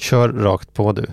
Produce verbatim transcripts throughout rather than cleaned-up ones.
Kör rakt på du.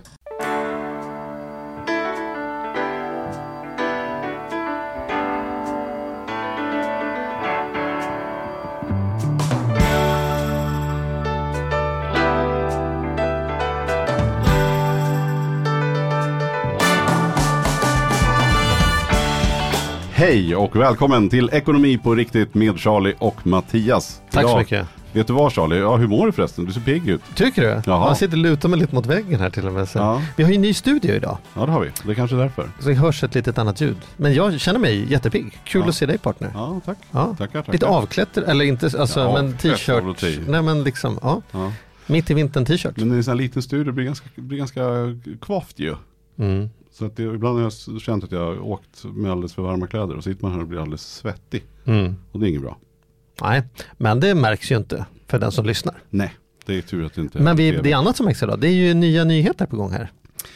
Hej och välkommen till Ekonomi på riktigt med Charlie och Mattias. Tack Idag, så mycket. Vet du vad Charlie? Ja, hur mår du förresten? Du ser pigg ut. Tycker du? Jaha. Man sitter luta mig lite mot väggen här till och med. Ja. Vi har ju en ny studio idag. Ja, det har vi. Det är kanske därför. Så det hörs ett litet annat ljud. Men jag känner mig jättepigg. Kul Ja. att se dig, partner. Ja, tack. Ja. Tackar, tackar. Lite avklätt, eller inte, alltså, Ja, men avklätt t-shirt. av och till. Nej, men liksom, ja. Ja. Mitt i vintern t-shirt. Men i en sån här liten studio det blir ganska, blir ganska kvavt ju. Mm. Så att det, ibland har jag känt att jag har åkt med alldeles för varma kläder och sitter man här och blir alldeles svettig. Mm. Och det är inget bra. Nej, men det märks ju inte för den som lyssnar. Nej, det är tur att det inte Men vi, är det är annat som märks idag. Det är ju nya nyheter på gång här.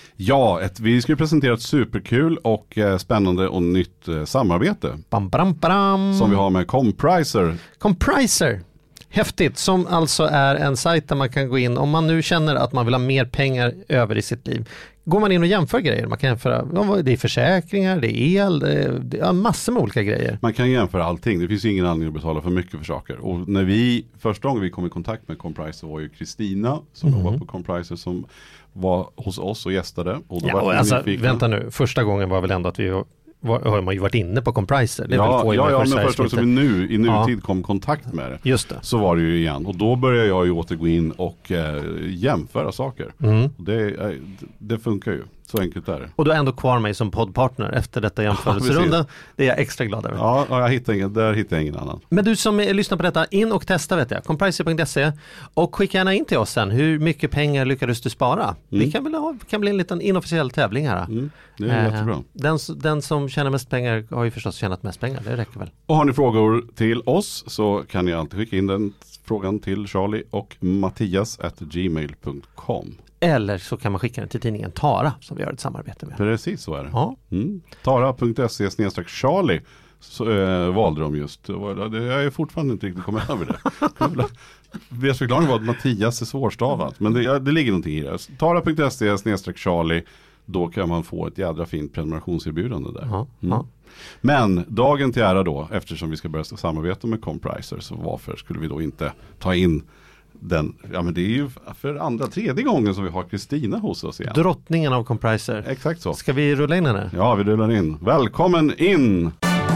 Ja, ett, vi ska presentera ett superkul och eh, spännande och nytt eh, samarbete. Bam, bam, bam. Som vi har med Compricer. Compricer. Häftigt, som alltså är en sajt där man kan gå in, om man nu känner att man vill ha mer pengar över i sitt liv. Går man in och jämför grejer, man kan jämföra, det är försäkringar, det är el, det är, det är massor med olika grejer. Man kan jämföra allting, det finns ingen anledning att betala för mycket för saker. Och när vi, första gången vi kom i kontakt med Compricer var ju Kristina som Mm. jobbar på Compricer som var hos oss och gästade. Och då Ja, var och vi alltså, nyfikna. vänta nu, första gången var väl ändå att vi var, har man ju varit inne på Compricer. Det är Ja, väl få i ja, ja människor men i först Sverige också som vi inte- nu, i nutid Ja. kom kontakt med det. Just det. Så var det ju igen. Och då började jag ju åter gå in och eh, jämföra saker. Mm. Och det, eh, det funkar ju. Så enkelt är det. Och du har ändå kvar mig som poddpartner efter detta jämförelserunda. Det är jag extra glad över. Ja, ja, jag hittar ingen, där hittar jag ingen annan. Men du som är, lyssnar på detta, in och testa vet jag. Compricer punkt se och skicka gärna in till oss sen. Hur mycket pengar lyckades du spara? Mm. Det kan, väl ha, kan bli en liten inofficiell tävling här. Mm, det är Eh, jättebra. Den, den som tjänar mest pengar har ju förstås tjänat mest pengar. Det räcker väl. Och har ni frågor till oss så kan ni alltid skicka in den frågan till Charlie och Mattias at gmail punkt com. Eller så kan man skicka den till tidningen Tara som vi har ett samarbete med. Precis så är det. Ja. Mm. Tara punkt se snedstreck Charlie så äh, valde de just. Det var- det- Jag är fortfarande inte riktigt kommit över det. Deras förklaring var att Mattias är svårstavat. Men det, ja, det ligger någonting i det. Tara punkt se snedstreck Charlie. Då kan man få ett jädra fint prenumerationserbjudande där. Ja, Mm. ja. Men dagen till ära då, eftersom vi ska börja samarbeta med Compricer, så varför skulle vi då inte ta in den, ja men det är ju för andra, tredje gången som vi har Kristina hos oss igen. Drottningen av Compricer. Exakt så. Ska vi rulla in henne? Ja, vi rullar in. Välkommen in!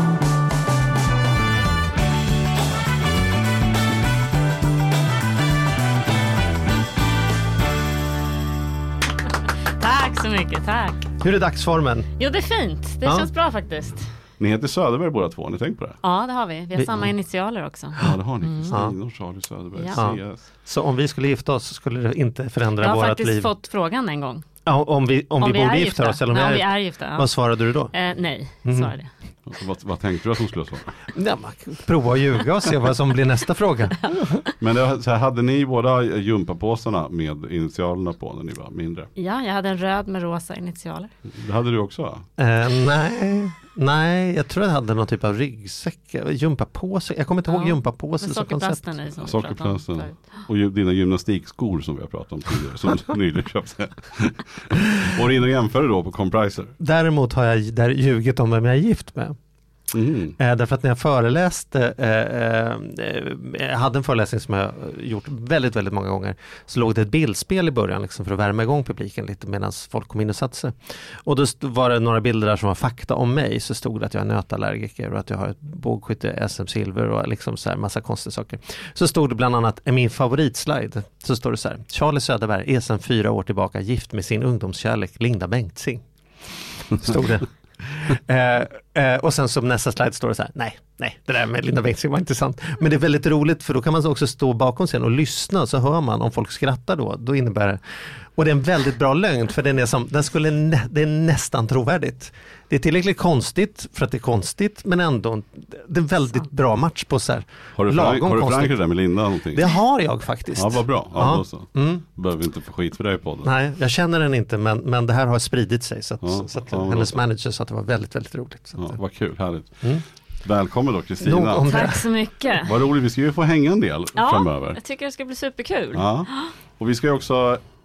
Tack så mycket, tack. Hur är dagsformen? Jo, det är fint. Det Ja. känns bra faktiskt. Ni heter Söderberg båda två, har ni tänkt på det? Ja, det har vi. Vi har Vi- samma initialer också. Ja, det har ni. Mm. Kristina och Charlie Söderberg. Ja. C S. Så om vi skulle gifta oss skulle det inte förändra Jag har vårt faktiskt liv? fått frågan en gång. Ja, om vi, om vi borde är gifta oss? Eller om Nej, vi om vi är, är gifta. Ja. Vad svarade du då? Eh, nej, Mhm. svarade jag. Vad, vad tänkte du att hon skulle svara? Ja, man kan prova att ljuga och se vad som blir nästa fråga. Men det, så här, hade ni båda gympapåsarna med initialerna på när ni var mindre? Ja, jag hade en röd med rosa initialer. Det hade du också va? Eh, nej, nej, jag tror jag hade någon typ av ryggsäck, gympapåse. Jag kommer inte ihåg Ja, gympapåse Med som koncept. sockerplasten i som vi pratade om Sockerplasten. förut. Och ju, dina gymnastikskor som vi har pratat om tidigare. Som du nyligen köpte. Och in och jämför då på Compricer. Däremot har jag där ljugit om vem jag är gift med. Mm. Eh, därför att när jag föreläste, eh, eh, jag hade en föreläsning som jag gjort väldigt, väldigt många gånger, så låg det ett bildspel i början liksom, för att värma igång publiken lite medan folk kom in och satte sig. Och då st- var det några bilder där som var fakta om mig, så stod det att jag är nötallergiker och att jag har ett bågskytte S M silver och liksom så här massa konstiga saker. Så stod det bland annat, i min favoritslide, så står det så här: Charlie Söderberg är sedan fyra år tillbaka gift med sin ungdomskärlek Linda Bengtzing. Stod det. Eh, eh, och sen som nästa slide står det så här: nej, nej, det där med Linda Bengtzing var inte sant. Men det är väldigt roligt för då kan man också stå bakom scenen och lyssna, så hör man om folk skrattar då, då innebär det. Och det är en väldigt bra lögn, för den är, som, den skulle nä, det är nästan trovärdigt. Det är tillräckligt konstigt för att det är konstigt, men ändå en, det är en väldigt bra match på så här. Har du, Lagom frank, har du konstigt. förankrat det med Linda någonting? Det har jag faktiskt. Ja, vad bra. Ja, Ja. då så. Mm. Behöver vi inte få skit för dig på podden. Nej, jag känner den inte, men, men det här har spridit sig, så att, Ja, så att ja, hennes så. manager sa att det var väldigt, väldigt roligt. Så Ja, att, vad kul, härligt. Mm. Välkommen då Nog Kristina. om det. Tack så mycket. Vad roligt, vi ska ju få hänga en del Ja, framöver. jag tycker det ska bli superkul. Ja. Och vi ska ju också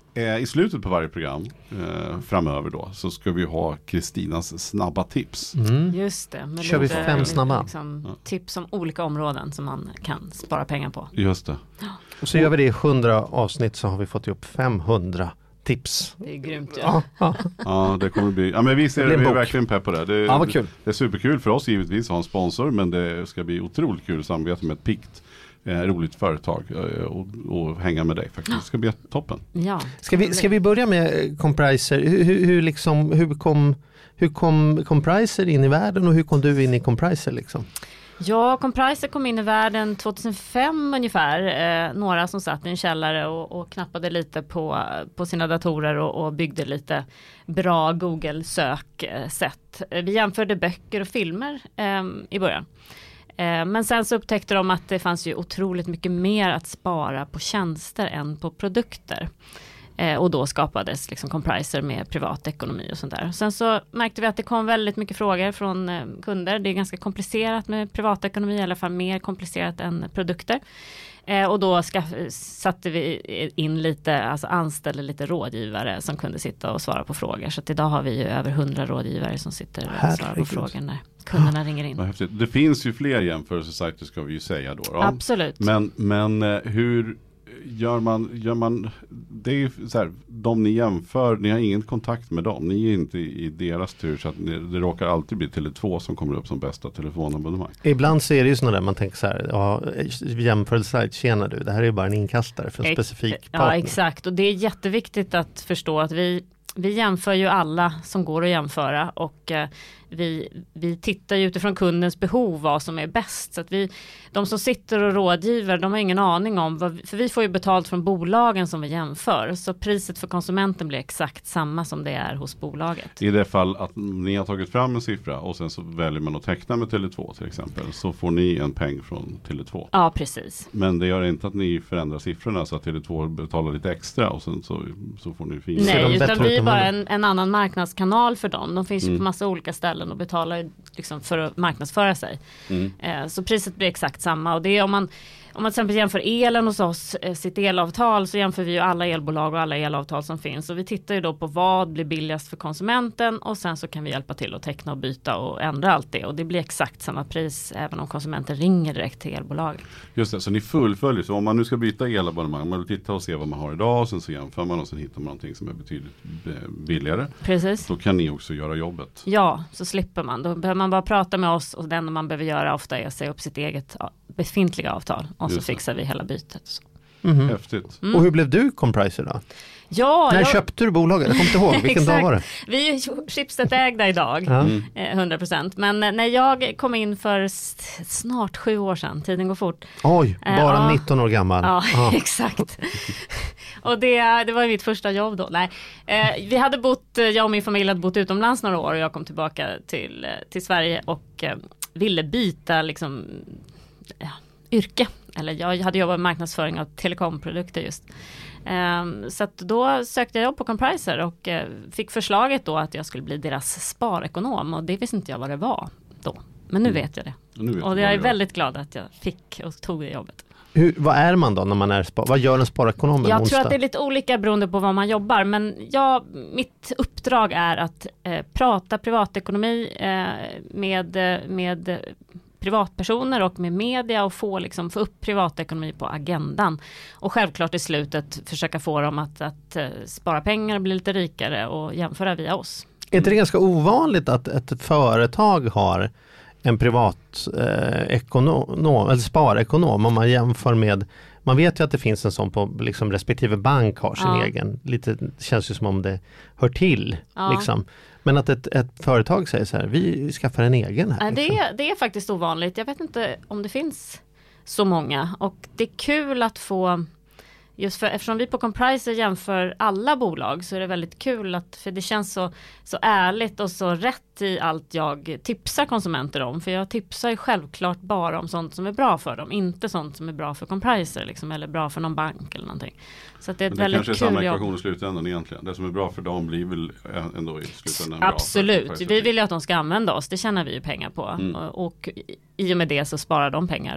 eh, i slutet på varje program eh, framöver då så ska vi ha Kristinas snabba tips. Mm. Just det. Men Kör vi lite, fem snabba? Liksom, Ja. tips om olika områden som man kan spara pengar på. Just det. Och så gör vi det i hundra avsnitt så har vi fått upp femhundra tips. Det är grymt. Ja. Ja, ja. Ja, det kommer bli. Ja, men vi ser Det blir en vi är bok. verkligen pepp på det. Det, Ja, vad kul. det är superkul för oss givetvis att ha en sponsor, men det ska bli otroligt kul att samarbeta med ett pikt, eh, roligt företag eh, och, och hänga med dig faktiskt. Det ska bli toppen. Ja. Ska vi, ska vi börja med Compriser? Hur, hur, hur, liksom, hur kom, hur kom Compriser in i världen och hur kom du in i Compriser liksom? Ja, Compriser kom in i världen tjugohundrafem ungefär. Eh, några som satt i en källare och, och knappade lite på, på sina datorer och, och byggde lite bra Google-söksätt. Vi jämförde böcker och filmer eh, i början. Eh, men sen så upptäckte de att det fanns ju otroligt mycket mer att spara på tjänster än på produkter. Eh, och då skapades liksom Compriser med privatekonomi och sånt där. Sen så märkte vi att det kom väldigt mycket frågor från eh, kunder. Det är ganska komplicerat med privatekonomi, i alla fall mer komplicerat än produkter. Eh, och då ska, satte vi in lite, alltså anställde lite rådgivare som kunde sitta och svara på frågor. Så att idag har vi ju över hundra rådgivare som sitter och svarar på Herregud. frågor när kunderna ringer in. Vad häftigt. Det finns ju fler jämförelsesajter ska vi ju säga då. då. Absolut. Men, men eh, hur gör man, gör man det är ju så här, de ni jämför, ni har ingen kontakt med dem, ni är inte i, i deras tur så att ni, det råkar alltid bli Tele två som kommer upp som bästa telefonabonnemang. Ibland så är det ju sådana där man tänker så här, ja, jämförelsesajt, tjena du, det här är ju bara en inkastare för en Ex- specifik partner. Ja, exakt. Och det är jätteviktigt att förstå att vi, vi jämför ju alla som går att jämföra och eh, vi, vi tittar ju utifrån kundens behov vad som är bäst. Så att vi, de som sitter och rådgiver, de har ingen aning om, vad, för vi får ju betalt från bolagen som vi jämför. Så priset för konsumenten blir exakt samma som det är hos bolaget. I det fall att ni har tagit fram en siffra och sen så väljer man att teckna med Tele två till exempel, så får ni en peng från Tele två. Ja, precis. Men det gör inte att ni förändrar siffrorna så att Tele två betalar lite extra och sen så, så får ni fina. Ser de Nej, bättre utan ut vi är än bara vad- en, en annan marknadskanal för dem. De finns ju Mm. på massa olika ställen och betalar ju liksom för att marknadsföra sig. Mm. Eh, så priset blir exakt samma. Och det är om man, om man till exempel jämför elen hos oss, eh, sitt elavtal, så jämför vi ju alla elbolag och alla elavtal som finns. Och vi tittar ju då på vad blir billigast för konsumenten och sen så kan vi hjälpa till att teckna och byta och ändra allt det. Och det blir exakt samma pris även om konsumenten ringer direkt till elbolaget. Just det, så ni fullföljer. Så om man nu ska byta elabonnemang, man vill titta och se vad man har idag och sen så jämför man och sen hittar man någonting som är betydligt eh, billigare. Precis. Då kan ni också göra jobbet. Ja, så slipper man. Då behöver man bara prata med oss och det enda man behöver göra ofta är att säga upp sitt eget ja, befintliga avtal och så Just det. fixar vi hela bytet. Så. Mhm. Häftigt. Mm. Och hur blev du Compriser då? Ja, När jag, köpte du bolaget? Jag kommer inte ihåg, vilken dag Exakt. var det? vi är ju Schibsted-ägda idag, Ja. Mm. eh, hundra procent. Men eh, när jag kom in för s- snart sju år sedan, tiden går fort. Oj, Eh, bara ja. nitton år gammal. Ja, Ja. exakt. Och det, det var ju mitt första jobb då. Nej. Eh, vi hade bott, eh, jag och min familj hade bott utomlands några år och jag kom tillbaka till, eh, till Sverige och eh, ville byta liksom, ja, yrke. Eller jag hade jobbat med marknadsföring av telekomprodukter just. Um, så att då sökte jag jobb på Compriser och uh, fick förslaget då att jag skulle bli deras sparekonom och det visste inte jag vad det var då. Men nu Mm. vet jag det. Och, nu vet Och du jag vad är det väldigt glad att jag fick och tog det jobbet. Hur, vad är man då när man är spar? Vad gör en sparekonom en Jag onsdag? tror att det är lite olika beroende på var man jobbar. Men jag, mitt uppdrag är att eh, prata privatekonomi eh, med, med privatpersoner och med media och få, liksom, få upp privatekonomi på agendan. Och självklart i slutet försöka få dem att, att uh, spara pengar och bli lite rikare och jämföra via oss. Är inte det ganska ovanligt att ett företag har en privat eh, ekonom, eller sparekonom om man jämför med, man vet ju att det finns en sån på liksom, respektive bank har sin Ja. egen, lite känns ju som om det hör till Ja. liksom. Men att ett, ett företag säger så här, vi skaffar en egen här. Nej, det, liksom. är, det är faktiskt ovanligt. Jag vet inte om det finns så många. Och det är kul att få, just för eftersom vi på Compriser jämför alla bolag så är det väldigt kul att, för det känns så, så ärligt och så rätt i allt jag tipsar konsumenter om. För jag tipsar ju självklart bara om sånt som är bra för dem. Inte sånt som är bra för Compriser liksom, eller bra för någon bank eller någonting. Så att det är ett Men det väldigt kanske är samma kul jobb. ekvation i slutändan egentligen. Det som är bra för dem blir väl ändå i slutändan bra. Absolut, för- vi vill ju att de ska använda oss, det tjänar vi ju pengar på. Mm. Och, och i och med det så sparar de pengar och,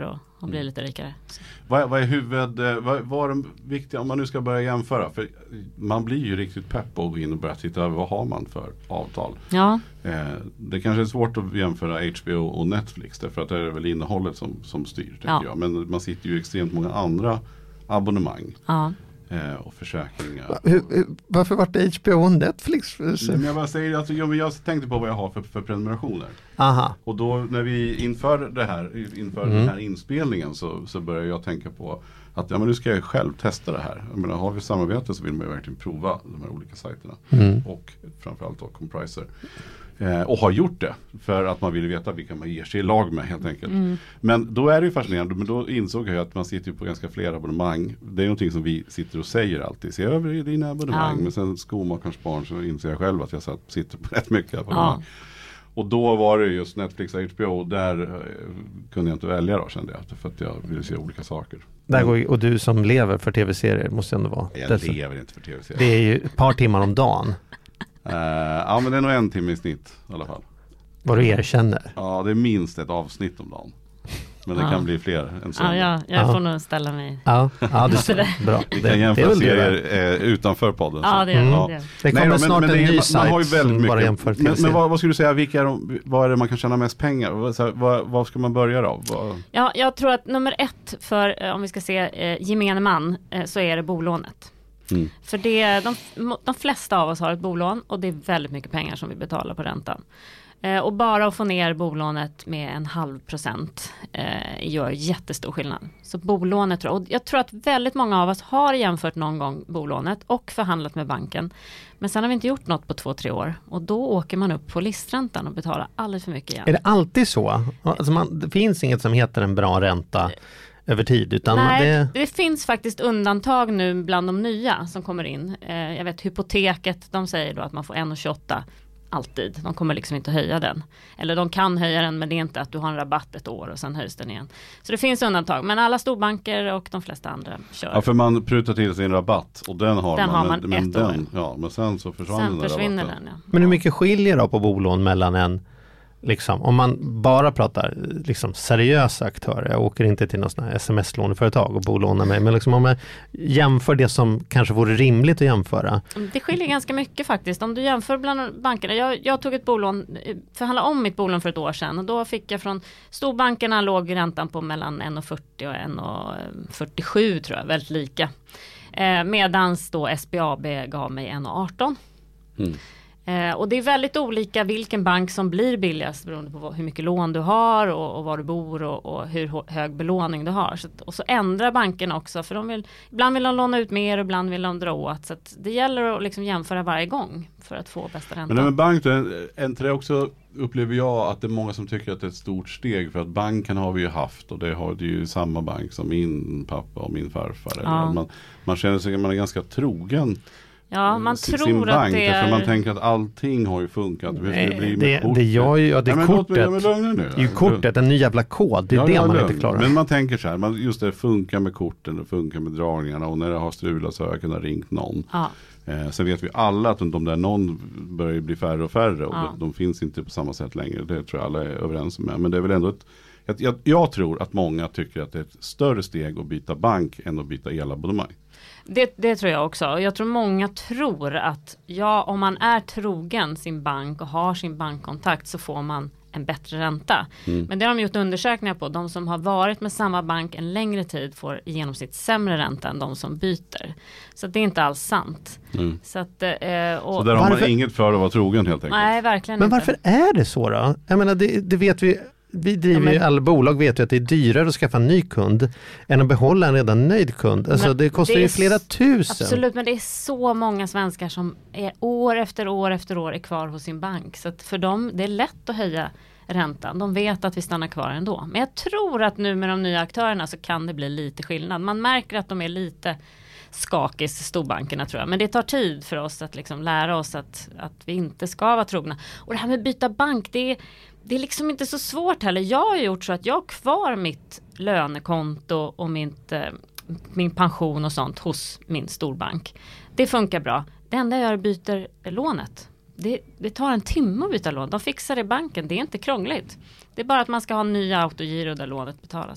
och bli lite rikare. Vad, vad är huvud, vad, vad är de viktiga, om man nu ska börja jämföra, för man blir ju riktigt pepp på att gå in och börja titta över vad har man för avtal. Ja. Eh, det kanske är svårt att jämföra H B O och Netflix, därför att det är väl innehållet som, som styr, tänker Ja. jag. Men man sitter ju extremt många andra abonnemang. Ja. Och försäkringar. Hur, varför var det H B O och Netflix? Men jag bara säger att jag, jag tänkte på vad jag har för, för prenumerationer. Aha. Och då när vi inför det här, inför mm. den här inspelningen så, så börjar jag tänka på att ja, men nu ska jag själv testa det här. Jag menar, har vi samarbete så vill man ju verkligen prova de här olika sajterna. Mm. Och framförallt då Compriser. Eh, och har gjort det för att man vill veta vilka man ger sig i lag med helt enkelt. Mm. Men då är det ju fascinerande, men då insåg jag att man sitter ju på ganska flera abonnemang. Det är någonting som vi sitter och säger alltid. Se över dina abonnemang. Ja. Men sen skomakarens barn så inser jag själv att jag satt, sitter på rätt mycket abonnemang. Ja. Och då var det just Netflix och H B O, där eh, kunde jag inte välja då, kände jag. För att jag ville se olika saker. Där går, och du som lever för tv-serier måste ändå vara. Jag Därför. lever inte för tv-serier. Det är ju ett par timmar om dagen. Uh, ja, men det är nog en timme i snitt i alla fall. Vad du erkänner. Ja, det är minst ett avsnitt om dagen. Men det ja. kan bli fler än så. Ja, ja, jag får ja. nog ställa mig. Ja, ja det är bra. Vi kan jämföra serier eh, utanför podden. Ja, det, mm. ja. det. det kommer Nej, snart men, men en ny sajt. Man har ju väldigt mycket. Bara jämför men men vad, vad skulle du säga, vilka är de, vad är det man kan tjäna mest pengar? Vad, vad, vad ska man börja då? Vad? Ja, jag tror att nummer ett för, om vi ska se eh, gemene man, eh, så är det bolånet. Mm. För det, de, de flesta av oss har ett bolån och det är väldigt mycket pengar som vi betalar på räntan. Eh, och bara att få ner bolånet med en halv procent eh, gör jättestor skillnad. Så bolånet tror jag, och jag tror att väldigt många av oss har jämfört någon gång bolånet och förhandlat med banken. Men sen har vi inte gjort något på två, tre år och då åker man upp på listräntan och betalar alldeles för mycket igen. Är det alltid så? Alltså man, det finns inget som heter en bra ränta över tid, utan Nej, det... det finns faktiskt undantag nu bland de nya som kommer in. Eh, jag vet hypoteket, de säger då att man får en komma tjugoåtta alltid. De kommer liksom inte höja den. Eller de kan höja den, men det är inte att du har en rabatt ett år och sen höjs den igen. Så det finns undantag, men alla storbanker och de flesta andra kör. Ja, för man prutar till sin rabatt och den har den man. Har man men, men ett den, år. Ja, men sen så försvann sen den försvinner rabatten. den, ja. Men hur mycket skiljer då på bolån mellan en, liksom, om man bara pratar liksom seriösa aktörer, jag åker inte till något sån här sms-låneföretag och bolånar mig, men liksom om man jämför det som kanske vore rimligt att jämföra. Det skiljer ganska mycket faktiskt. Om du jämför bland bankerna, jag, jag tog ett bolån, förhandlade om mitt bolån för ett år sedan och då fick jag från storbankerna låg räntan på mellan en komma fyrtio och en komma fyrtiosju tror jag, väldigt lika. Eh, medans då S B A B gav mig en komma arton. Mm. Eh, och det är väldigt olika vilken bank som blir billigast beroende på vad, hur mycket lån du har och, och var du bor och, och hur hög belåning du har. Så att, och så ändrar bankerna också, för de vill, ibland vill de låna ut mer och ibland vill de dra åt. Så att det gäller att liksom jämföra varje gång för att få bästa ränta. Men med bank, inte det också upplever jag att det är många som tycker att det är ett stort steg, för att banken har vi ju haft och det har det ju samma bank som min pappa och min farfar. Ja. Man, man känner sig man är ganska trogen. Ja, man sin tror bank, att det är... för man tänker att allting har ju funkat. Nej, det, blir det, det gör ju, ja, det är ja, kortet. Det är ju kortet, en ny jävla kod. Det är ja, det man lugn. inte klarar. Men man tänker så här, man, just det funkar med korten, det funkar med dragningarna och när det har strulat så har jag kunnat ringt någon. Ja. Eh, sen vet vi alla att de där någon börjar bli färre och färre och ja. de, de finns inte på samma sätt längre. Det tror jag alla är överens med. Men det är väl ändå ett jag, jag, jag tror att många tycker att det är ett större steg att byta bank än att byta elabonnemang. Det, det tror jag också. Jag tror många tror att ja, om man är trogen sin bank och har sin bankkontakt så får man en bättre ränta. Mm. Men det har de gjort undersökningar på. De som har varit med samma bank en längre tid får i genomsnitt sämre ränta än de som byter. Så det är inte alls sant. Mm. Så, att, eh, och så där har man inget för att vara trogen helt enkelt. Nej, verkligen Men inte. varför är det så då? Jag menar, det, det vet vi... Vi driver ja, men, ju, alla bolag vet ju att det är dyrare att skaffa en ny kund än att behålla en redan nöjd kund. Alltså det kostar det ju flera tusen. Absolut, men det är så många svenskar som är år efter år efter år är kvar hos sin bank. Så att för dem, det är lätt att höja räntan. De vet att vi stannar kvar ändå. Men jag tror att nu med de nya aktörerna så kan det bli lite skillnad. Man märker att de är lite skakis, storbankerna tror jag. Men det tar tid för oss att liksom lära oss att, att vi inte ska vara trogna. Och det här med byta bank, det är Det är liksom inte så svårt heller. Jag har gjort så att jag har kvar mitt lönekonto och mitt, eh, min pension och sånt hos min storbank. Det funkar bra. Det enda jag gör är byter lånet. Det, det tar en timme att byta lån. De fixar det i banken. Det är inte krångligt. Det är bara att man ska ha nya autogiro där lånet betalas. Liksom.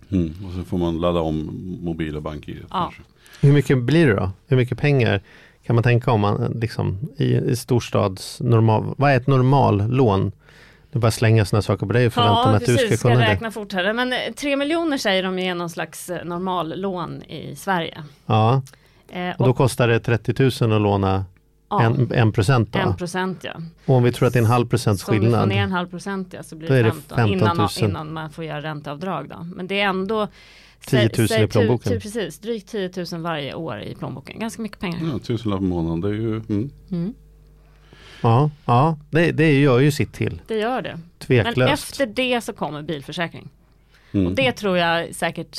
Mm. Och så får man ladda om mobil och bank-id. Ja. Hur mycket blir det då? Hur mycket pengar kan man tänka om man liksom i, i storstads normal, vad är ett normallån? Du bara slänga sådana saker på dig och förvänta mig ja, att du ska precis, kunna ska det. räkna fortare. Men tre miljoner säger de är någon slags normallån i Sverige. Ja, Eh, och då kostar det trettio tusen att låna ja, en, en procent då. en procent, ja. Och om vi tror att det är en halv procents Så om vi får skillnad. ner en halv procent, ja, så blir Då är det det femton, femton innan, tusen. innan man får göra ränteavdrag då. Men det är ändå tio tusen i plånboken. Tu, precis, drygt tio tusen varje år i plånboken. Ganska mycket pengar. Ja, tusenlapp i månaden, det är ju... Mm. Mm. Ja, ja det, det gör ju sitt till. Det gör det. Tveklöst. Men efter det så kommer bilförsäkring. Mm. Och det tror jag säkert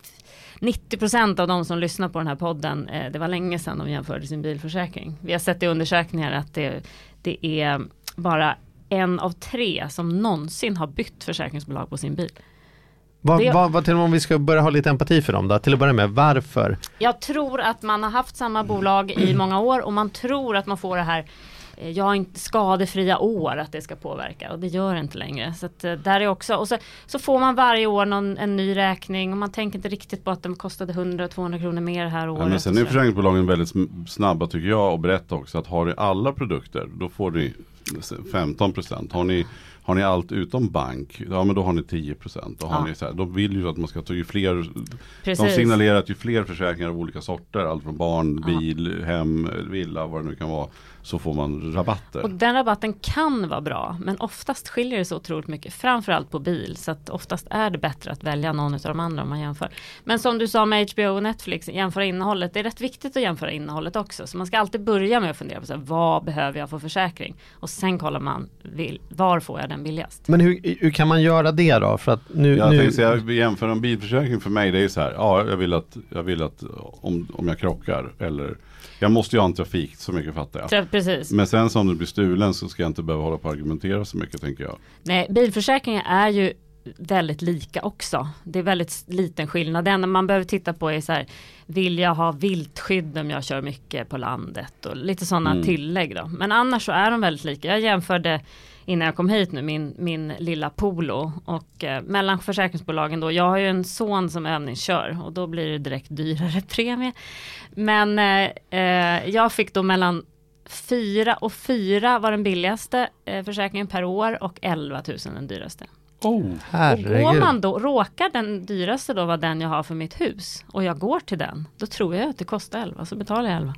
nittio procent av de som lyssnar på den här podden, eh, det var länge sedan de jämförde sin bilförsäkring. Vi har sett i undersökningar att det, det är bara en av tre som någonsin har bytt försäkringsbolag på sin bil. Vad, det- vad, vad till och med om vi ska börja ha lite empati för dem då? Till att börja med, varför? Jag tror att man har haft samma bolag i många år och man tror att man får det här eh, jag har inte skadefria år att det ska påverka och det gör det inte längre. Så att, eh, där är också, och så, så får man varje år någon, en ny räkning och man tänker inte riktigt på att de kostade hundra till tvåhundra kronor mer här året. Ja, men sen och är så. försäkringsbolagen väldigt sm- snabba tycker jag och berätta också att har ni alla produkter då får ni femton procent. Har ni, har ni allt utom bank, ja men då har ni tio procent. Då har Ja. ni så här, de vill ju att man ska ta ju fler, de Precis. signalerar att ju fler försäkringar av olika sorter, allt från barn, Ja. bil, hem, villa, vad det nu kan vara, så får man rabatter. Och den rabatten kan vara bra, men oftast skiljer det så otroligt mycket, framförallt på bil, så att oftast är det bättre att välja någon av de andra om man jämför. Men som du sa med H B O och Netflix, jämföra innehållet, det är rätt viktigt att jämföra innehållet också, så man ska alltid börja med att fundera på så här, vad behöver jag för försäkring? Och sen kollar man, vill, var får jag den billigast? Men hur, hur kan man göra det då? För att nu, Jag nu... tänkte säga, jämföra en bilförsäkring för mig, det är så här, ja jag vill att, jag vill att om, om jag krockar eller, jag måste ju ha en trafik, så mycket fattar jag. Tra- Precis. Men sen som du blir stulen så ska jag inte behöva hålla på och argumentera så mycket tänker jag. Nej, bilförsäkringar är ju väldigt lika också. Det är väldigt liten skillnad. Det enda man behöver titta på är så här, vill jag ha viltskydd om jag kör mycket på landet och lite sådana Mm. tillägg då. Men annars så är de väldigt lika. Jag jämförde innan jag kom hit nu min, min lilla Polo och eh, mellan försäkringsbolagen då. Jag har ju en son som övningskör och då blir det direkt dyrare premie. Men eh, eh, jag fick då mellan fyra och fyra var den billigaste eh, försäkringen per år och elva tusen den dyraste. Oh. Och går Herregud. man då, råkar den dyraste då vara den jag har för mitt hus och jag går till den, då tror jag att det kostar elva, så betalar jag elva.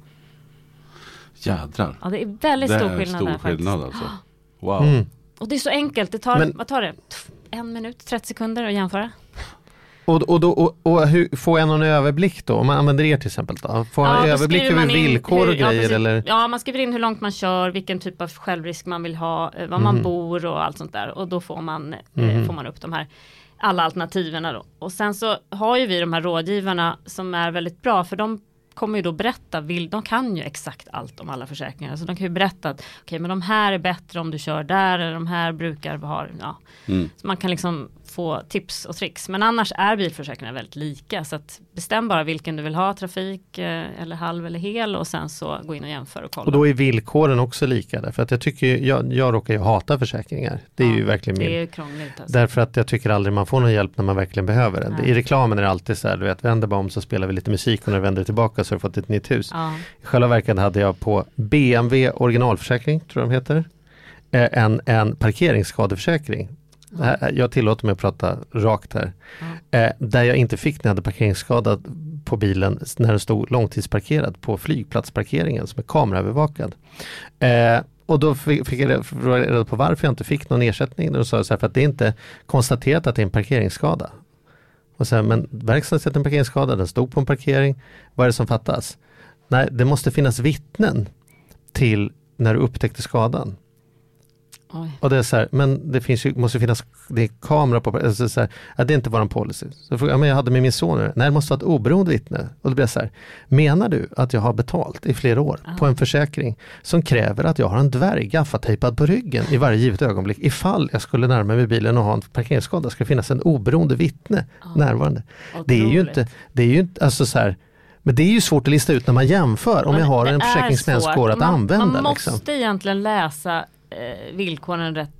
Jädrar. Ja, det är väldigt Det stor är skillnad stor där skillnad faktiskt. alltså. Wow. Mm. Och det är så enkelt, det tar, Men- vad tar det? Tff, En minut, trettio sekunder att jämföra. Och, och, då, och, och hur, får jag någon överblick då? Om man använder er till exempel då? Får jag Ja, en då överblick skriver över man in villkor hur- och ja, grejer? precis. Eller? Ja, man skriver in hur långt man kör, vilken typ av självrisk man vill ha, eh, var man Mhm. bor och allt sånt där. Och då får man, Mhm. eh, får man upp de här alla alternativen då. Och sen så har ju vi de här rådgivarna som är väldigt bra, för de kommer ju då berätta, vill, de kan ju exakt allt om alla försäkringar. Så de kan ju berätta att okej, men de här är bättre om du kör där, eller de här brukar ha, ja. Mm. Så man kan liksom få tips och tricks. Men annars är bilförsäkringar väldigt lika. Så att bestäm bara vilken du vill ha, trafik eh, eller halv eller hel, och sen så gå in och jämföra och kolla. Och då är villkoren också lika där. För att jag tycker, ju- jag, jag råkar ju hata försäkringar. Det är Ja, ju verkligen det min. är ju krångligt alltså. Därför att jag tycker aldrig man får någon hjälp när man verkligen behöver det. Nej. I reklamen är det alltid så här, du vet, vänder bara om så spelar vi lite musik och när du vänder tillbaka så har du fått ett nytt hus. Ja. I själva verket hade jag på B M W originalförsäkring, tror jag de heter, eh, en, en parkeringsskadeförsäkring. Det här, jag tillåter mig att prata rakt här. Eh, där jag inte fick när jag hade parkeringsskada på bilen när den stod långtidsparkerad på flygplatsparkeringen som är kameraövervakad. Eh, och då fick, fick jag reda på varför jag inte fick någon ersättning. De sa så här, för att det är inte konstaterat att det är en parkeringsskada. Och så här, men verkstaden sett en parkeringsskada, den stod på en parkering. Vad är det som fattas? Nej, det måste finnas vittnen till när du upptäckte skadan. Oj. Och det är så här, men det finns ju, måste finnas, det är kamera på, alltså så här, att det inte var en policy. Så frågade jag, men jag hade med min son, nej det måste vara ett oberoende vittne. Och då blir jag så här, menar du att jag har betalt i flera år Ah. på en försäkring som kräver att jag har en dvärg gaffatejpad på ryggen i varje givet ögonblick, ifall jag skulle närma mig bilen och ha en parkeringsskada, ska det finnas en oberoende vittne Ah. närvarande. Det är ju Otroligt. inte, det är ju inte, alltså så här, men det är ju svårt att lista ut när man jämför om Men jag har det en är försäkringsmäns svårt. skår att man, använda. Man måste liksom. egentligen läsa eh, villkoren rätt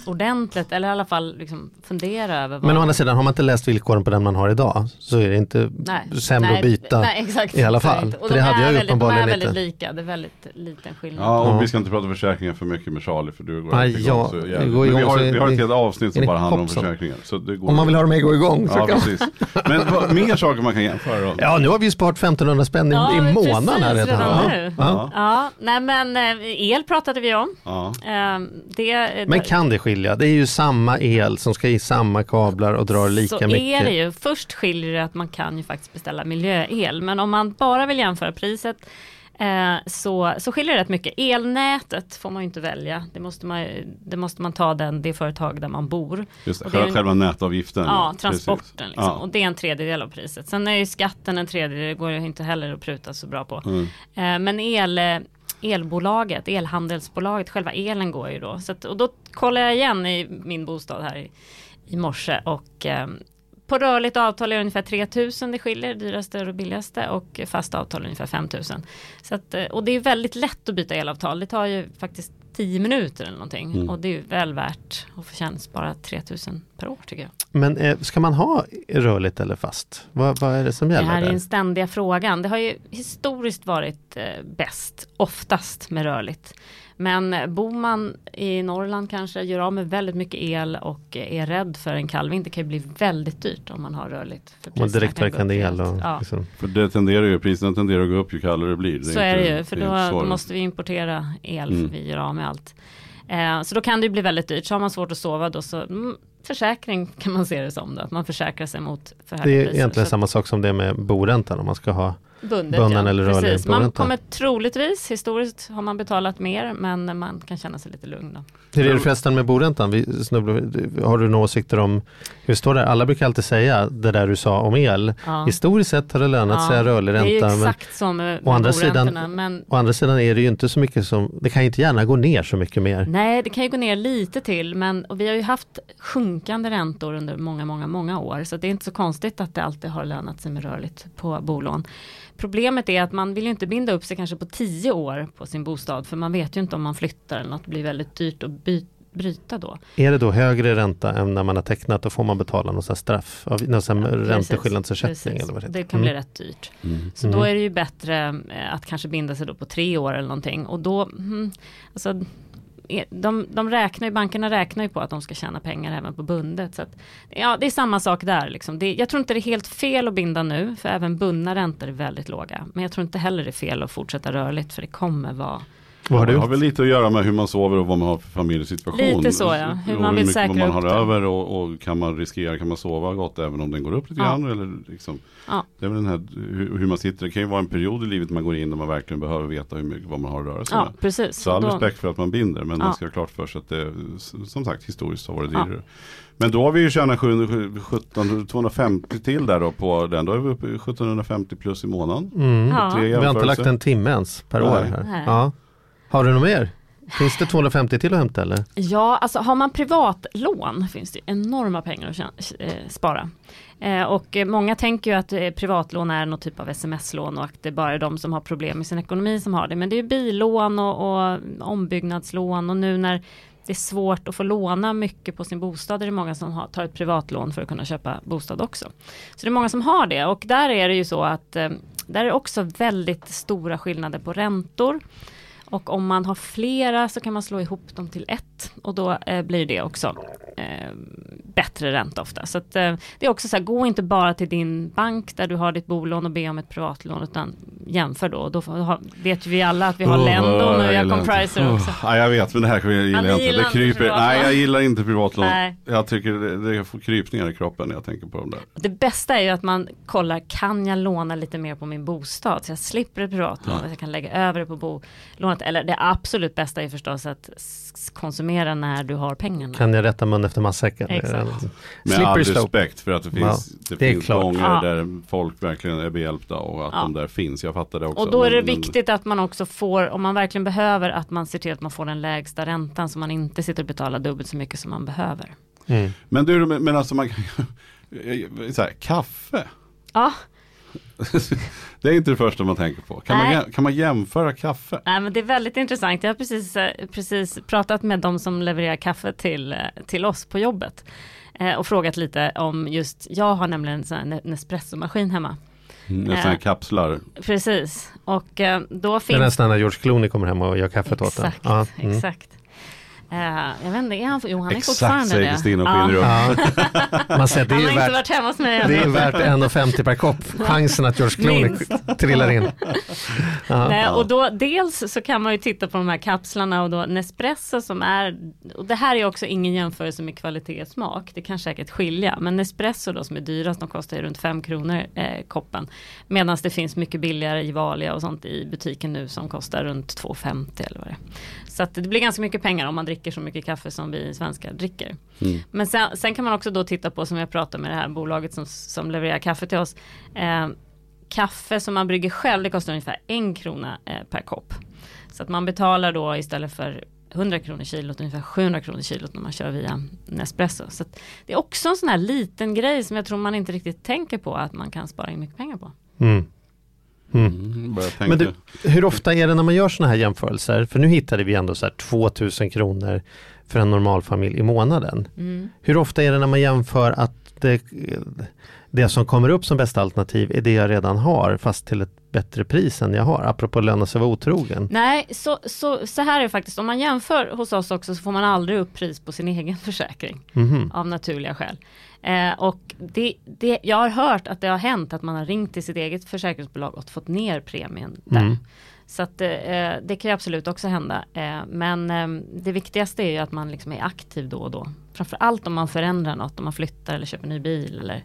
ordentligt eller i alla fall liksom fundera över vad... Men å andra sidan, har man inte läst villkoren på den man har idag så är det inte nej, sämre nej, att byta nej, exakt, i alla fall. Och För de det hade är jag ju väldigt, de är uppenbarligen väldigt inte. lika, det är väldigt liten skillnad. Ja, och Ja. vi ska inte prata försäkringar för mycket med Charlie för du går Nej, inte ja, igång så det jävligt. går Men vi igång har, så vi har ett är helt avsnitt som är bara handlar om hoppsan. försäkringar. Så det går Om man vill ha dem igång igång så Ja, kan precis. Men vad, mer saker man kan jämföra då? Ja, nu har vi ju sparat femtonhundra spänn i, Ja, i men månaden precis, här redan. redan Ja. nu. Ja. Ja, nej men eh, el pratade vi om. Ja. Eh, det, Men kan det skilja? Det är ju samma el som ska i samma kablar och drar lika så mycket. är det ju. Först skiljer det att man kan ju faktiskt beställa miljöel. Men om man bara vill jämföra priset eh, så, så skiljer det rätt mycket. Elnätet får man ju inte välja. Det måste man, det måste man ta den, det företag där man bor. Just det, Och det är själva, en- själva nätavgiften. Ja, transporten liksom. Ja. Och det är en tredjedel av priset. Sen är ju skatten en tredjedel, det går ju inte heller att pruta så bra på. Mm. Eh, men el, elbolaget, elhandelsbolaget, själva elen går ju då. Så att, och då kollar jag igen i min bostad här i, i morse och eh, på rörligt avtal är det ungefär tre tusen det skiljer, dyraste och billigaste, och fast avtal är ungefär fem tusen. Så att, eh, och det är väldigt lätt att byta elavtal. Det tar ju faktiskt tio minuter eller någonting. Mm. Och det är ju väl värt att få tjänst bara tre tusen per år tycker jag. Men eh, ska man ha rörligt eller fast? Vad, vad är det som Det gäller här är där? den ständiga frågan. Det har ju historiskt varit eh, bäst, oftast med rörligt. Men bor man i Norrland kanske, gör av med väldigt mycket el och är rädd för en kall vinter, kan ju bli väldigt dyrt om man har rörligt. För Och priserna kan direktverkande gå upp el. Och, helt. Ja. liksom. För det tenderar ju, priserna tenderar att gå upp ju kallare det blir. Det Så är det ju, för det då, inte då så. måste vi importera el Mm. för vi gör av med allt. Eh, så då kan det ju bli väldigt dyrt. Så har man svårt att sova då så mm, försäkring kan man se det som då. Att man försäkrar sig mot för höga Det är priser. egentligen Så samma sak som det med boräntan om man ska ha. bundet, bunden eller rörlig precis. Man boränta. kommer troligtvis, historiskt har man betalat mer, men man kan känna sig lite lugn då. Hur är det förresten med boräntan? Vi snubblar, har du några åsikter om hur står det? Alla brukar alltid säga det där du sa om el. Ja. Historiskt sett har det lönat sig rörlig det är ju ränta. Men exakt som med, å andra med sidan- boräntorna, men å andra sidan är det ju inte så mycket som, det kan ju inte gärna gå ner så mycket mer. nej, det kan ju gå ner lite till, men och vi har ju haft sjunkande räntor under många, många, många år, så det är inte så konstigt att det alltid har lönat sig med rörligt på bolån. Problemet är att man vill ju inte binda upp sig kanske på tio år på sin bostad, för man vet ju inte om man flyttar eller något, blir väldigt dyrt att by- bryta då. Är det då högre ränta än när man har tecknat, då får man betala någon sån här straff, av- någon sån här ränteskillnadsersättning Precis. eller vad det heter. Det kan bli rätt dyrt. Mm. Så då är det ju bättre eh, att kanske binda sig då på tre år eller någonting. Och då, mm, alltså, eh, de, de räknar ju, bankerna räknar ju på att de ska tjäna pengar även på bundet. Så att, ja, det är samma sak där. Liksom. Det, jag tror inte det är helt fel att binda nu, för även bundna räntor är väldigt låga. Men jag tror inte heller det är fel att fortsätta rörligt, för det kommer vara... Vad har Det du? har väl lite att göra med hur man sover och vad man har för familjesituation. Lite så, ja. Hur Och man vill mycket säkra vad man upp har det. över och, och kan man riskera, kan man sova gott även om den går upp lite Ja. grann? Eller liksom, Ja. det är väl den här, hur, hur man sitter. Det kan ju vara en period i livet man går in där man verkligen behöver veta hur mycket, vad man har att röra sig Ja, med. precis. Så all Då- respekt för att man binder, men Ja. man ska ha klart för sig att det, som sagt, historiskt har varit Ja. dyrare. Men då har vi ju tjänat sjutton tvåhundrafemtio till där då på den. Då är vi uppe i sjuttonhundrafemtio plus i månaden. Mm. Ja. Tre Vi har inte jämförelser. lagt en timme ens per Nej. år här. Nej. Ja. Har du något mer? Finns det tvåhundrafemtio till att hämta eller? Ja, alltså har man privatlån finns det enorma pengar att tjäna, eh, spara. Eh, och eh, många tänker ju att eh, privatlån är någon typ av sms-lån och att det bara är de som har problem med sin ekonomi som har det. Men det är ju billån och, och ombyggnadslån, och nu när det är svårt att få låna mycket på sin bostad är det många som har, tar ett privatlån för att kunna köpa bostad också. Så det är många som har det, och där är det ju så att eh, där är också väldigt stora skillnader på räntor. Och om man har flera så kan man slå ihop dem till ett, och då eh, blir det också eh, bättre ränta ofta. Så att, eh, det är också så här, gå inte bara till din bank där du har ditt bolån och be om ett privatlån, utan jämför då. Då får, ha, vet ju vi alla att vi har Oh, Lendon och vi jag har gillar Compriser inte. också. Oh, ja, jag vet, men det här kan jag gillar Ja, ni jag inte. gillar Det inte kryper. privatlån. Nej, jag gillar inte privatlån. Nej. Jag tycker det, det får krypningar i kroppen när jag tänker på dem där. Det bästa är ju att man kollar, kan jag låna lite mer på min bostad så jag slipper ett privatlån, Ja. så jag kan lägga över det på bolånet. Eller det absolut bästa är förstås att s- konsumera när du har pengarna. Kan jag rätta mun efter matsäcken? Exakt. Med all Slippery slope. respekt för att det finns, Ja, det det är finns klart. gånger Ja. där folk verkligen är behjälpta och att Ja. de där finns. Jag fattar det också. Och då är det men- men- viktigt att man också får, om man verkligen behöver, att man ser till att man får den lägsta räntan så man inte sitter och betalar dubbelt så mycket som man behöver. Mm. Men du, men men alltså man kan så här, kaffe. Ja, Det är inte det första man tänker på. Kan, man, kan man jämföra kaffe? Nej, men det är väldigt intressant. Jag har precis, precis pratat med de som levererar kaffe till, till oss på jobbet. Eh, och frågat lite om just, jag har nämligen en sån här Nespresso-maskin hemma. Mm, en sån här eh, kapslar. Precis. Och eh, då finns... Det är nästan när George Clooney kommer hem och gör kaffet åt den. Exakt, ja, mm. exakt. Uh, jag vet inte, är han, jo, han är Exakt, fortfarande säger det. Kristina och Ja. Ja. Man säger, det Han är har inte värt, varit hemma hos mig. det är värt en krona femtio per kopp. Chansen att George Clooney Minst. trillar in. Ja. Nej, och då, dels så kan man ju titta på de här kapslarna och då Nespresso som är, och det här är också ingen jämförelse med kvalitet och smak, det kan säkert skilja, men Nespresso då som är dyrast, de kostar ju runt fem kronor eh, koppen, medan det finns mycket billigare i Valia och sånt i butiken nu som kostar runt två femtio eller vad det är. Så att det blir ganska mycket pengar om man dricker så mycket kaffe som vi svenskar dricker. Mm. Men sen, sen kan man också då titta på, som jag pratade med det här bolaget som, som levererar kaffe till oss, eh, kaffe som man brygger själv, det kostar ungefär en krona eh, per kopp. Så att man betalar då istället för hundra kronor kilot, ungefär sjuhundra kronor kilot när man kör via Nespresso. Så att det är också en sån här liten grej som jag tror man inte riktigt tänker på att man kan spara in mycket pengar på. Mm. Mm. Mm, bara tänka. Men du, hur ofta är det när man gör såna här jämförelser? För nu hittade vi ändå så här tvåtusen kronor för en normal familj i månaden. Mm. Hur ofta är det när man jämför att det, det som kommer upp som bästa alternativ är det jag redan har, fast till ett bättre pris än jag har, apropå löna sig vara otrogen? Nej, så, så, så här är det faktiskt. Om man jämför hos oss också så får man aldrig upp pris på sin egen försäkring. Mm-hmm. Av naturliga skäl. Eh, och det, det, jag har hört att det har hänt att man har ringt till sitt eget försäkringsbolag och fått ner premien där. Mm. Så att, eh, det kan ju absolut också hända. Eh, men eh, det viktigaste är ju att man liksom är aktiv då och då. Framförallt om man förändrar något, om man flyttar eller köper en ny bil eller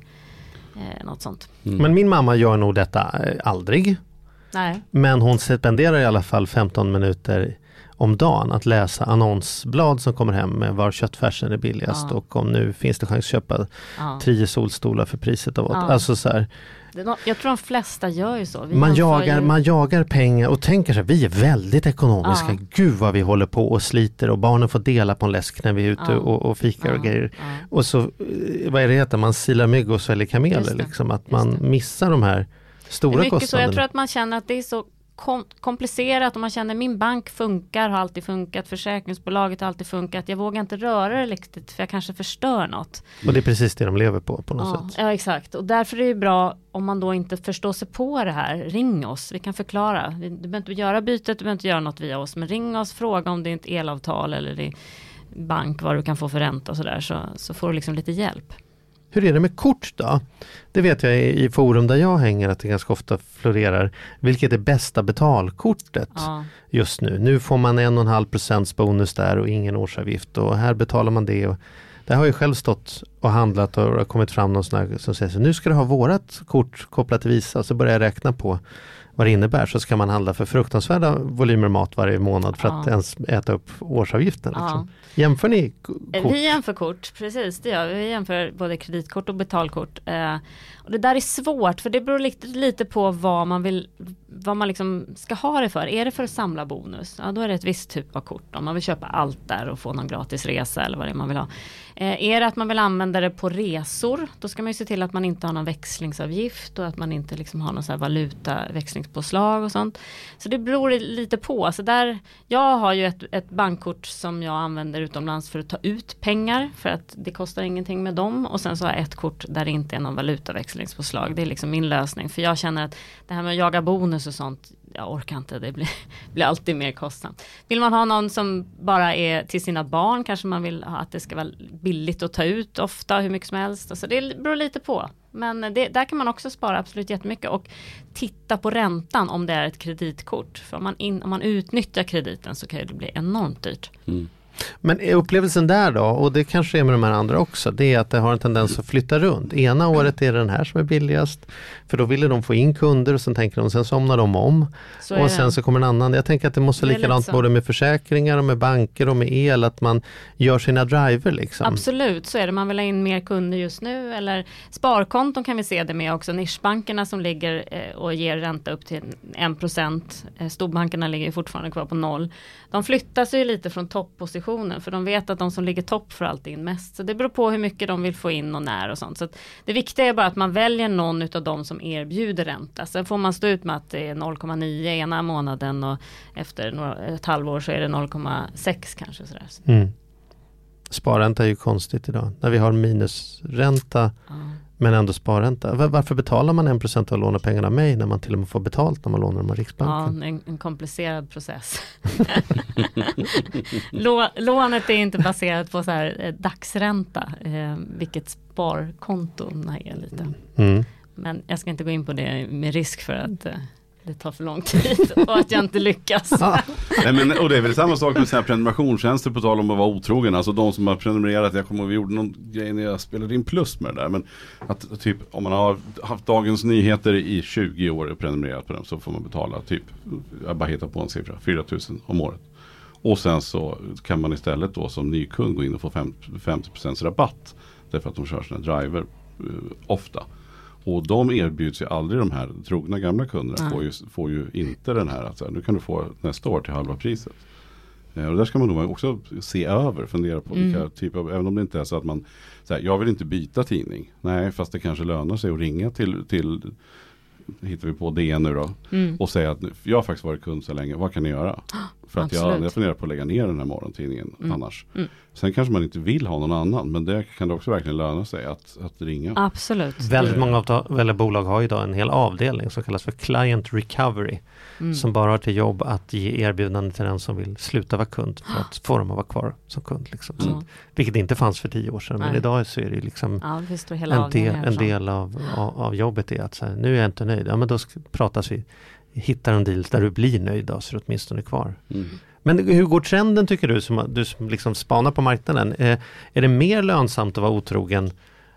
eh, något sånt. Mm. Men min mamma gör nog detta eh, aldrig. Nej. Men hon spenderar i alla fall femton minuter om dagen att läsa annonsblad som kommer hem med var köttfärsen är billigast, Ja. och om nu finns det chans att köpa Ja. tio solstolar för priset av åt. Ja. Alltså så här, Det, jag tror de flesta gör ju så. Vi man, jämför jagar, ju- man jagar pengar och tänker så här, vi är väldigt ekonomiska. Ja. Gud vad vi håller på och sliter, och barnen får dela på en läsk när vi är ute Ja. och, och fikar Ja. och grejer. Ja. Och så, eh, vad är det heter, man silar mygg och sväljer kameler. Just det. Liksom, att Just man det. missar de här Det är stora mycket så. kostnaderna. Jag tror att man känner att det är så kom- komplicerat och man känner min bank funkar, har alltid funkat, försäkringsbolaget har alltid funkat. Jag vågar inte röra det riktigt för jag kanske förstör något. Och det är precis det de lever på på något Ja, sätt. ja, exakt. Och därför är det bra om man då inte förstår sig på det här. Ring oss, vi kan förklara. Du behöver inte göra bytet, du behöver inte göra något via oss. Men ring oss, fråga om det är ett elavtal eller det är bank, vad du kan få för ränta och sådär. Så, så får du liksom lite hjälp. Hur är det med kort då? Det vet jag i, i forum där jag hänger att det ganska ofta florerar. Vilket är bästa betalkortet Ja. just nu? Nu får man en och en halv procents bonus där och ingen årsavgift, och här betalar man det. Och där har jag själv stått och handlat och det har kommit fram någon sån här som säger så, nu ska du ha vårat kort kopplat till Visa, så börjar jag räkna på vad det innebär, så ska man handla för fruktansvärda volymer mat varje månad för att Ja. ens äta upp årsavgiften. Ja. Liksom. Jämför ni k- kort? Vi jämför kort, precis det gör vi. Vi jämför både kreditkort och betalkort. Eh, och det där är svårt för det beror lite, lite på vad man vill, vad man liksom ska ha det för. Är det för att samla bonus? Ja, då är det ett visst typ av kort. Om man vill köpa allt där och få någon gratis resa eller vad det är man vill ha. Eh, är det att man vill använda det på resor, då ska man ju se till att man inte har någon växlingsavgift och att man inte liksom har någon så här valutaväxlingspåslag och sånt. Så det beror lite på. Så där, jag har ju ett, ett bankkort som jag använder utomlands för att ta ut pengar, för att det kostar ingenting med dem, och sen så har jag ett kort där det inte är någon valutaväxlingspåslag. Det är liksom min lösning, för jag känner att det här med att jaga bonus och sånt, jag orkar inte, det blir, blir alltid mer kostsamt. Vill man ha någon som bara är till sina barn, kanske man vill ha att det ska vara billigt att ta ut ofta, hur mycket som helst. Alltså det beror lite på. Men det, där kan man också spara absolut jättemycket, och titta på räntan om det är ett kreditkort. För om man, in, om man utnyttjar krediten så kan det bli enormt dyrt. Mm. Men är upplevelsen där då, och det kanske är med de här andra också, det är att det har en tendens att flytta runt. Ena året är det den här som är billigast, för då ville de få in kunder och sen tänker de, sen somnar de om. Så är Och det. sen så kommer en annan. Jag tänker att det måste Det är likadant lite så. både med försäkringar och med banker och med el, att man gör sina driver liksom. Absolut, så är det. Man vill ha in mer kunder just nu, eller sparkonton kan vi se det med också. Nischbankerna som ligger eh, och ger ränta upp till en procent. Eh, storbankerna ligger fortfarande kvar på noll. De flyttar sig lite från toppposition marknadspositionen, för de vet att de som ligger topp får alltid in mest. Så det beror på hur mycket de vill få in och när och sånt. Så att det viktiga är bara att man väljer någon av de som erbjuder ränta. Sen får man stå ut med att det är noll komma nio ena månaden och efter några, ett halvår så är det noll komma sex kanske. Sådär. Mm. Sparränta är ju konstigt idag. När vi har minusränta Ja. men ändå sparränta. Var, varför betalar man en procent av lånepengarna av mig när man till och med får betalt när man lånar dem av Riksbanken? Ja, en, en komplicerad process. Lå, lånet är inte baserat på så här, eh, dagsränta, eh, vilket sparkontona är lite. Mm. Men jag ska inte gå in på det med risk för att eh, det tar för lång tid och att jag inte lyckas. Nej, men, och det är väl samma sak med så här prenumerationstjänster på tal om att vara otrogen. Alltså de som har prenumererat, jag kommer ihåg vi gjorde någon grej när jag spelade in plus med det där. Men att typ om man har haft Dagens Nyheter i tjugo år och prenumererat på dem så får man betala typ, jag bara hittar på en siffra, fyra tusen om året. Och sen så kan man istället då som ny kund gå in och få femtio procent rabatt därför att de kör sina driver uh, ofta. Och de erbjuds ju aldrig, de här trogna gamla kunderna får ju, får ju inte den här, alltså, nu kan du få nästa år till halva priset. Eh, och där ska man nog också se över, fundera på mm. vilka typer av, även om det inte är så att man, så här, jag vill inte byta tidning. Nej, fast det kanske lönar sig att ringa till, till hittar vi på D N nu då, mm. och säga att jag har faktiskt varit kund så länge, vad kan ni göra? För att jag, jag funderar på att lägga ner den här morgontidningen mm. annars. Mm. Sen kanske man inte vill ha någon annan, men det kan det också verkligen löna sig att, att ringa. Absolut. Väldigt många av eller bolag har idag en hel avdelning som kallas för Client Recovery mm. som bara har till jobb att ge erbjudanden till den som vill sluta vara kund för att få dem att vara kvar som kund. Liksom. Mm. Så, vilket inte fanns för tio år sedan, Nej. men idag så är det liksom ja, det hela en del, en del av, av, av jobbet är att så här, nu är jag inte nöjd. Ja, men då ska, pratas vi, hittar en deal där du blir nöjd då, så är du åtminstone kvar. Mm. Men hur går trenden tycker du som, du som liksom spanar på marknaden? Är, är det mer lönsamt att vara otrogen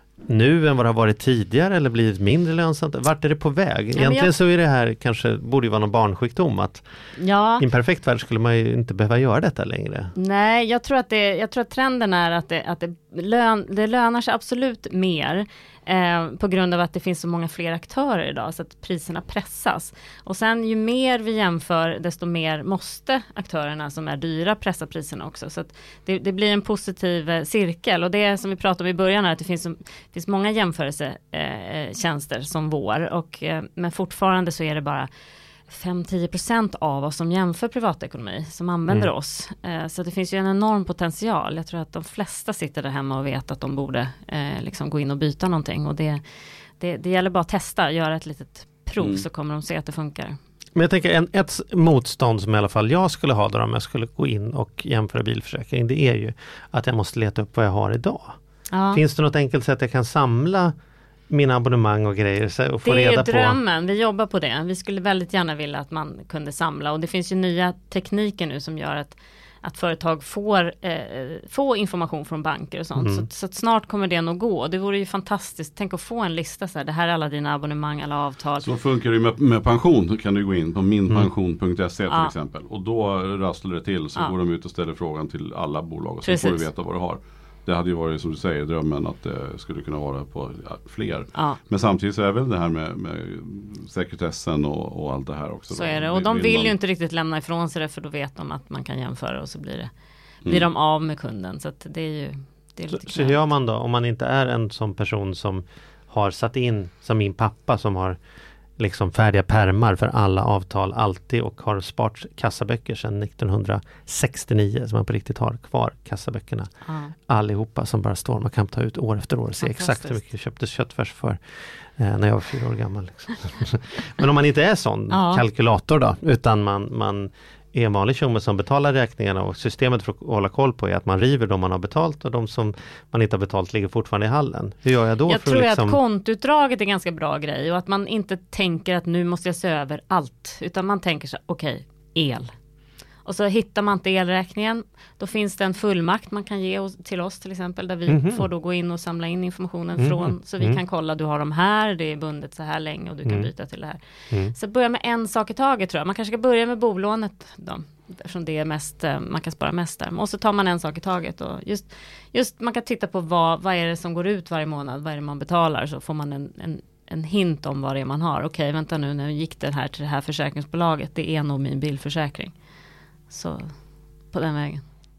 nu än vad det har varit tidigare eller blir det mindre lönsamt? Vart är det på väg? Egentligen ja, jag... så är det här kanske, borde ju vara någon barnsjukdom att ja. i en perfekt värld skulle man ju inte behöva göra detta längre. Nej, jag tror att, det, jag tror att trenden är att, det, att det, lön, det lönar sig absolut mer eh, på grund av att det finns så många fler aktörer idag så att priserna pressas. Och sen ju mer vi jämför desto mer måste aktörerna som är dyra pressa priserna också. Så att det, det blir en positiv eh, cirkel och det som vi pratade om i början är att det finns, det finns många jämförelsetjänster eh, som vår och, eh, men fortfarande så är det bara fem till tio procent av oss som jämför privatekonomi som använder mm. oss. Eh, så det finns ju en enorm potential. Jag tror att de flesta sitter där hemma och vet att de borde eh, liksom gå in och byta någonting. Och det, det, det gäller bara att testa, göra ett litet prov mm. så kommer de se att det funkar. Men jag tänker en, ett motstånd som i alla fall jag skulle ha då om jag skulle gå in och jämföra bilförsäkring, det är ju att jag måste leta upp vad jag har idag. Ja. Finns det något enkelt sätt jag kan samla mina abonnemang och grejer och få reda på? Det är drömmen, vi jobbar på det. Vi skulle väldigt gärna vilja att man kunde samla och det finns ju nya tekniker nu som gör att, att företag får, eh, får information från banker och sånt. Mm. Så, så att snart kommer det nog gå. Det vore ju fantastiskt. Tänk att få en lista så här, det här är alla dina abonnemang, alla avtal. Så funkar det med, med pension. Då kan du gå in på minpension punkt se till ja. exempel. Och då rasslar det till så ja. går de ut och ställer frågan till alla bolag och så Precis. får du veta vad du har. Det hade ju varit som du säger drömmen att det skulle kunna vara på ja, fler. Ja. Men samtidigt så är väl det här med, med sekretessen och, och allt det här också. Så är det. Och de vill man... ju inte riktigt lämna ifrån sig det för då vet de att man kan jämföra och så blir, det, blir mm. de av med kunden. Så att det är ju det är lite så, så hur gör man då om man inte är en sån person som har satt in som min pappa som har liksom färdiga pärmar för alla avtal alltid och har sparat kassaböcker sedan nittonhundrasextionio så man på riktigt har kvar kassaböckerna mm. allihopa som bara står, man kan ta ut år efter år och se exakt hur mycket jag köpte köttfärs för eh, när jag var fyra år gammal liksom. Men om man inte är sån ja. kalkylator då, utan man, man är en vanlig tjomme som betalar räkningarna och systemet för att hålla koll på är att man river de man har betalt och de som man inte har betalt ligger fortfarande i hallen. Hur gör jag då? Jag för tror att liksom... att kontutdraget är en ganska bra grej och att man inte tänker att nu måste jag se över allt utan man tänker så okej, okay, el. Och så hittar man inte elräkningen. Då finns det en fullmakt man kan ge till oss till exempel. Där vi mm-hmm. får då gå in och samla in informationen mm-hmm. från. Så vi mm. kan kolla, du har de här. Det är bundet så här länge och du kan mm. byta till det här. Mm. Så börja med en sak i taget tror jag. Man kanske ska börja med bolånet då. Eftersom det är mest, man kan spara mest där. Och så tar man en sak i taget. Och just, just man kan titta på vad, vad är det som går ut varje månad. Vad är det man betalar. Så får man en, en, en hint om vad det är man har. Okej, vänta nu. När gick det här till det här försäkringsbolaget. Det är nog min bilförsäkring. Så på den vägen.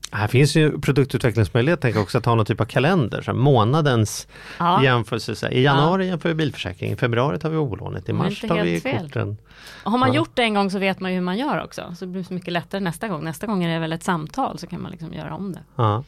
Här finns ju produktutvecklingsmöjlighet, tänker jag också, att ha någon typ av kalender, så här, månadens Ja. jämförelse. Så här, i januari ja. jämför vi bilförsäkring, i februari tar vi olånet, i mars tar vi fel. korten. Och har man Ja. gjort det en gång så vet man ju hur man gör också. Så det blir så mycket lättare nästa gång. Nästa gång är det väl ett samtal, så kan man liksom göra om det. Ja.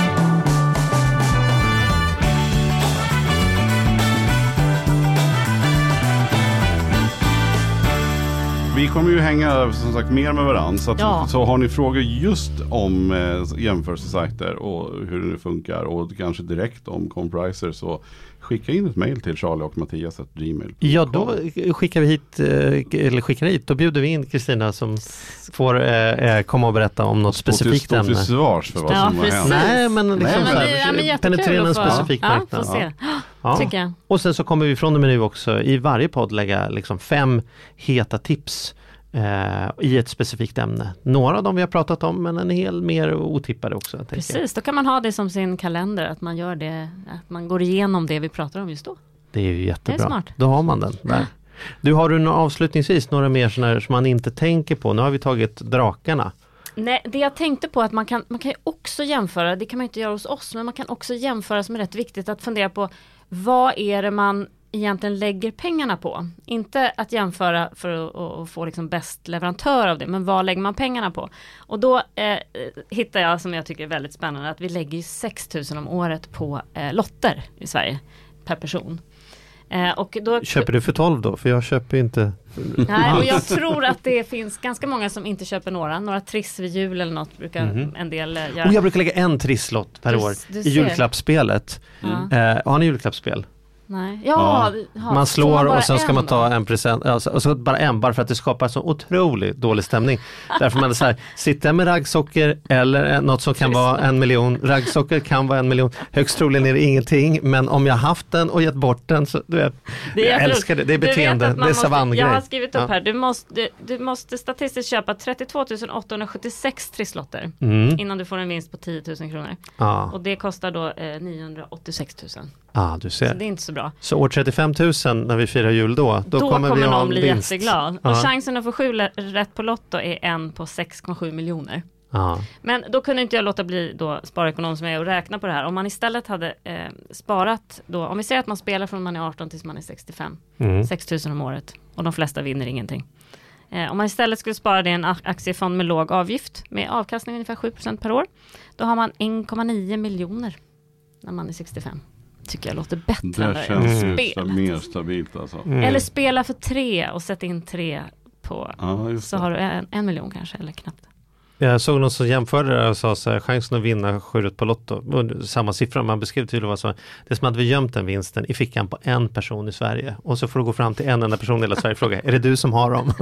Vi kommer ju hänga som sagt mer med varandra, så, att, Ja. så har ni frågor just om eh, jämförelsesajter och hur det funkar och kanske direkt om Compricer, så skicka in ett mejl till Charlie och Mattias at gmail punkt com. Ja, då skickar vi hit, eh, eller skickar hit, då bjuder vi in Kristina som får eh, komma och berätta om något specifikt Stå till, ämne. stå till svars för vad Ja, som har precis. hänt. Nej, men liksom Nej, men så här, det- ja, men jättekul penetrera en att få- specifik Ja, marknad. får se. Ja. Tycker jag. Och sen så kommer vi från och med nu också i varje podd lägga liksom fem heta tips eh, i ett specifikt ämne. Några av dem vi har pratat om, men en hel mer otippade också. tänker jag. Precis, då kan man ha det som sin kalender, att man gör det, att man går igenom det vi pratar om just då. Det är ju jättebra. Det är smart. Då har man den där. Du, har du några, avslutningsvis några mer såna här som man inte tänker på? Nu har vi tagit drakarna. Nej, det jag tänkte på att man kan, man kan ju också jämföra, det kan man inte göra hos oss, men man kan också jämföra, som är rätt viktigt, att fundera på vad är det man egentligen lägger pengarna på. Inte att jämföra för att, att få liksom bäst leverantör av det, men vad lägger man pengarna på? Och då eh, hittar jag, som jag tycker är väldigt spännande, att vi lägger sex tusen om året på eh, lotter i Sverige per person. Eh, och då, Köper du för tolv då? För jag köper inte. nej, och jag tror att det finns ganska många som inte köper några. Några triss vid jul eller något brukar Mhm. en del eh, göra. Och jag brukar lägga en trisslott per Du- år du i ser. julklappsspelet. Ja. Eh, har ni julklappsspel? Nej. Ja, Ja. ja, Man får slår bara och sen ska en man då? ta en present, alltså, och så bara en, bara för att det skapar så otroligt dålig stämning. Därför man är så här, sitter med raggsocker eller en- något som kan vara en miljon, raggsocker kan vara en miljon, högst troligen är det ingenting, men om jag haft den och gett bort den så, du vet, Det är jag jätteroligt. älskar det, det är Du vet beteende, att man det är måste- savanngrej. Jag har skrivit upp Ja. här, du måste, du, du måste statistiskt köpa trettiotvå tusen åttahundrasjuttiosex trisslotter Mm. innan du får en vinst på tio tusen kronor. Ja, Och det kostar då eh, niohundraåttiosex tusen. ja, du Så ser. det är inte så bra. Så år trettiofem tusen när vi firar jul då, då, Då, kommer kommer vi ha någon en bli vinst. jätteglad. Ja. Och chansen att få sju lä- rätt på Lotto är en på sex komma sju miljoner. Ja. Men då kunde inte jag låta bli då sparekonom som är och räkna på det här. Om man istället hade eh, sparat då, om vi säger att man spelar från man är arton tills man är sextiofem, Mm. sex tusen om året, och de flesta vinner ingenting. Eh, om man istället skulle spara det i en a- aktiefond med låg avgift med avkastning ungefär sju procent per år, då har man en komma nio miljoner när man är sextiofem. Tycker jag låter bättre än Det det känns här ju spelet. mer stabilt alltså. Mm. Eller spela för tre och sätta in tre på, Ja, just så det. har du en, en miljon kanske, eller knappt. Jag såg någon som jämförde det och sa så här, chansen att vinna sju rätt på Lotto, och samma siffra, man beskrev tydligen vad som, det är som att vi gömt den vinsten i fickan på en person i Sverige, och så får du gå fram till en enda person i hela Sverige och fråga, är det du som har dem?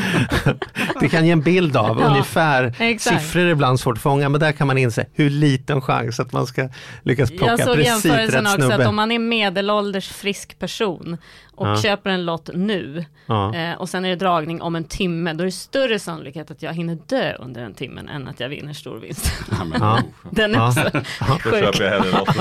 Det kan ge en bild av Ja, ungefär, exakt. siffror är ibland svårt att fånga, men där kan man inse hur liten chans att man ska lyckas plocka Jag såg precis jämförelsen rätt också snubbe. att om man är medelålders frisk person och Ja. köper en lott nu Ja. eh, och sen är det dragning om en timme, då är det större sannolikhet att jag hinner dö under en timmen än att jag vinner stor vinst. Ja, men, Ja. Den är Ja. också Då sjuk. köper jag hellre lotten.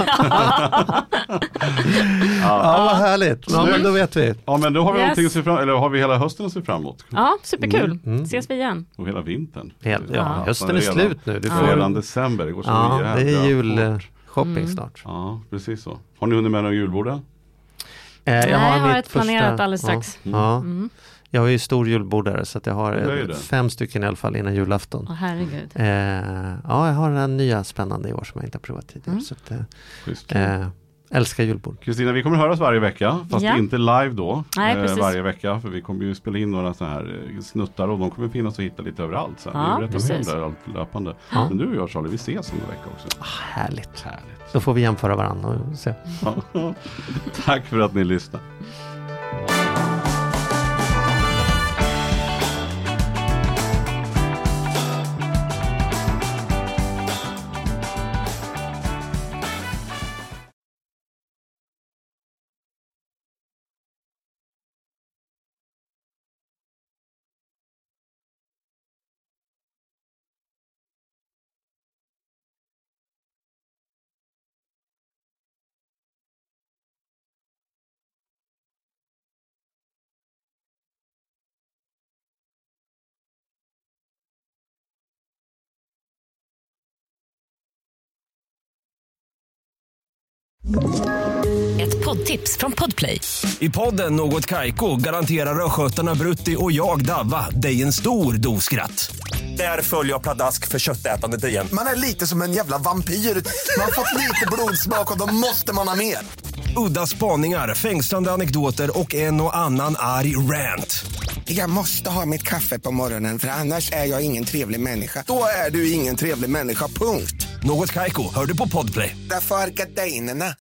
Ja, vad härligt. Ja, men då vet vi. Ja, men då har vi Yes. någonting att se fram, eller har vi hela hösten att se fram emot? Ja, superkul. Mm, mm. Ses vi igen. Och hela vintern. Helt, ja, Ja. hösten är Redan- slut nu. Du Ja. får, Redan december, det går så ja, det jävla är fort. julshopping Mm. snart. Ja, precis så. Har ni hunnit med några julbord än? Eh, Nej, jag har mitt ett planerat alldeles strax. Ja, ja. Mm. Jag är ju stor julbordare, så att jag har Det är ju eh, det. fem stycken i alla fall innan julafton. Åh, herregud. Eh, ja, jag har den nya spännande i år som jag inte har provat tidigare. Mm. Så att, eh, Schysst. eh, älskar julbord. Kristina, vi kommer höras varje vecka, fast Ja. inte live då. Nej, eh, precis. varje vecka, för vi kommer ju spela in några sådana här eh, snuttar och de kommer finnas att hitta lite överallt sen. Ja, vi berättar mer om precis. det här allt löpande. Ja. Men du och jag, Charlie, vi ses om en vecka också. Ah, härligt. Härligt. Då får vi jämföra varandra och se. Tack för att ni lyssnade. Ett poddtips från Podplay. I podden Något Kaiko garanterar röskötarna Brutti och jag Davva dig en stor doskratt. Där följer jag pladask för köttätandet igen. Man är lite som en jävla vampyr. Man har fått lite blodsmak och då måste man ha mer. Udda spaningar, fängslande anekdoter och en och annan arg rant. Jag måste ha mitt kaffe på morgonen för annars är jag ingen trevlig människa. Då är du ingen trevlig människa, punkt. Något Kaiko, hör du på Podplay. Därför är gardinerna.